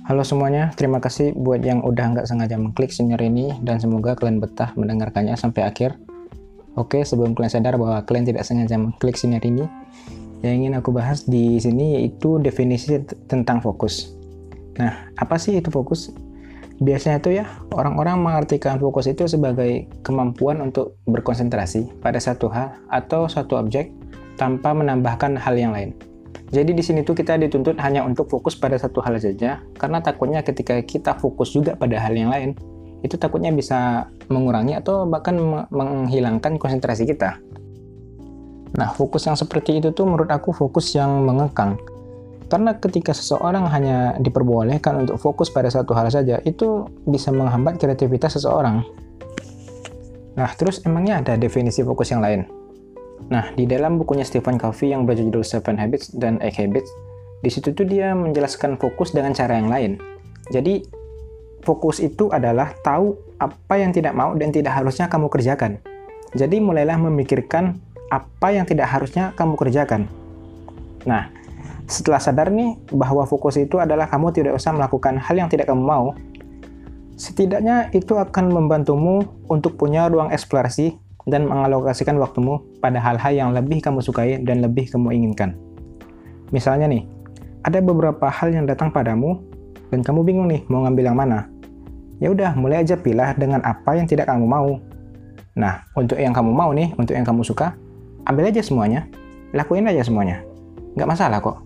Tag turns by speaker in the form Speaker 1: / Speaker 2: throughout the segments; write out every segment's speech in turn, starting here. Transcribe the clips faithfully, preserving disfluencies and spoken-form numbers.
Speaker 1: Halo semuanya, terima kasih buat yang udah nggak sengaja mengklik senior ini dan semoga kalian betah mendengarkannya sampai akhir. Oke, sebelum kalian sadar bahwa kalian tidak sengaja mengklik senior ini, yang ingin aku bahas di sini yaitu definisi tentang fokus. Nah, apa sih itu fokus? Biasanya itu ya, orang-orang mengartikan fokus itu sebagai kemampuan untuk berkonsentrasi pada satu hal atau satu objek tanpa menambahkan hal yang lain. Jadi di sini tuh kita dituntut hanya untuk fokus pada satu hal saja, karena takutnya ketika kita fokus juga pada hal yang lain, itu takutnya bisa mengurangi atau bahkan menghilangkan konsentrasi kita. Nah, fokus yang seperti itu tuh menurut aku fokus yang mengekang. Karena ketika seseorang hanya diperbolehkan untuk fokus pada satu hal saja, itu bisa menghambat kreativitas seseorang. Nah, terus emangnya ada definisi fokus yang lain? Nah, di dalam bukunya Stephen Covey yang berjudul Seven Habits dan Eight Habits, di situ tuh dia menjelaskan fokus dengan cara yang lain. Jadi, fokus itu adalah tahu apa yang tidak mau dan tidak harusnya kamu kerjakan. Jadi, mulailah memikirkan apa yang tidak harusnya kamu kerjakan. Nah, setelah sadar nih bahwa fokus itu adalah kamu tidak usah melakukan hal yang tidak kamu mau, setidaknya itu akan membantumu untuk punya ruang eksplorasi dan mengalokasikan waktumu pada hal-hal yang lebih kamu sukai dan lebih kamu inginkan. Misalnya nih, ada beberapa hal yang datang padamu dan kamu bingung nih mau ngambil yang mana. Ya udah, mulai aja pilih dengan apa yang tidak kamu mau. Nah, untuk yang kamu mau nih, untuk yang kamu suka, ambil aja semuanya, lakuin aja semuanya. Nggak masalah kok.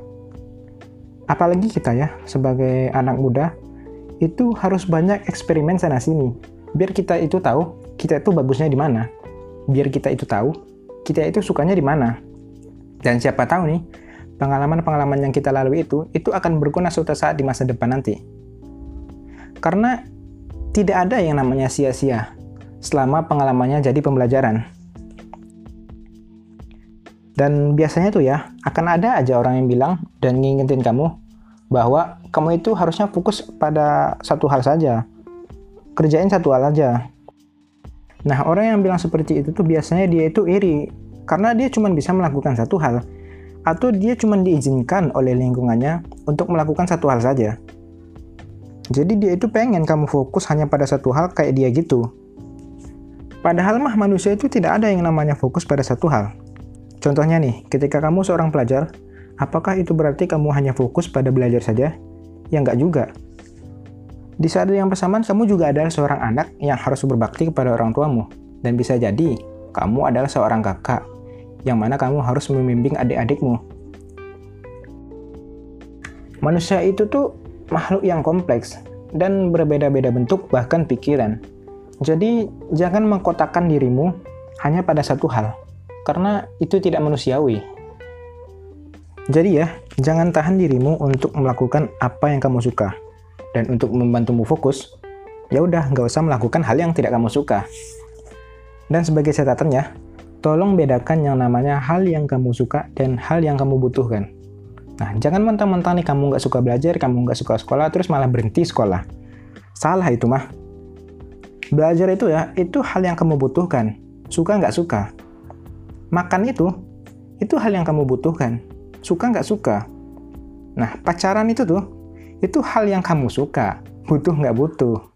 Speaker 1: Apalagi kita ya, sebagai anak muda, itu harus banyak eksperimen sana-sini. Biar kita itu tahu, kita itu bagusnya di mana. Biar kita itu tahu, kita itu sukanya di mana. Dan siapa tahu nih, pengalaman-pengalaman yang kita lalui itu, itu akan berguna suatu saat di masa depan nanti. Karena tidak ada yang namanya sia-sia, selama pengalamannya jadi pembelajaran. Dan biasanya tuh ya, akan ada aja orang yang bilang dan ngingetin kamu, bahwa kamu itu harusnya fokus pada satu hal saja. Kerjain satu hal aja. Nah, orang yang bilang seperti itu tuh biasanya dia itu iri, karena dia cuma bisa melakukan satu hal, atau dia cuma diizinkan oleh lingkungannya untuk melakukan satu hal saja. Jadi dia itu pengen kamu fokus hanya pada satu hal kayak dia gitu. Padahal mah manusia itu tidak ada yang namanya fokus pada satu hal. Contohnya nih, ketika kamu seorang pelajar, apakah itu berarti kamu hanya fokus pada belajar saja? Ya enggak juga. Di saat yang bersamaan, kamu juga adalah seorang anak yang harus berbakti kepada orang tuamu. Dan bisa jadi, kamu adalah seorang kakak, yang mana kamu harus membimbing adik-adikmu. Manusia itu tuh makhluk yang kompleks, dan berbeda-beda bentuk bahkan pikiran. Jadi, jangan mengkotakkan dirimu hanya pada satu hal, karena itu tidak manusiawi. Jadi ya, jangan tahan dirimu untuk melakukan apa yang kamu suka. Dan untuk membantumu fokus, ya udah nggak usah melakukan hal yang tidak kamu suka. Dan sebagai catatannya, tolong bedakan yang namanya hal yang kamu suka dan hal yang kamu butuhkan. Nah, jangan mentang-mentang nih kamu nggak suka belajar, kamu nggak suka sekolah, terus malah berhenti sekolah. Salah itu mah. Belajar itu ya, itu hal yang kamu butuhkan. Suka nggak suka. Makan itu, itu hal yang kamu butuhkan. Suka nggak suka. Nah, pacaran itu tuh, itu hal yang kamu suka, butuh nggak butuh.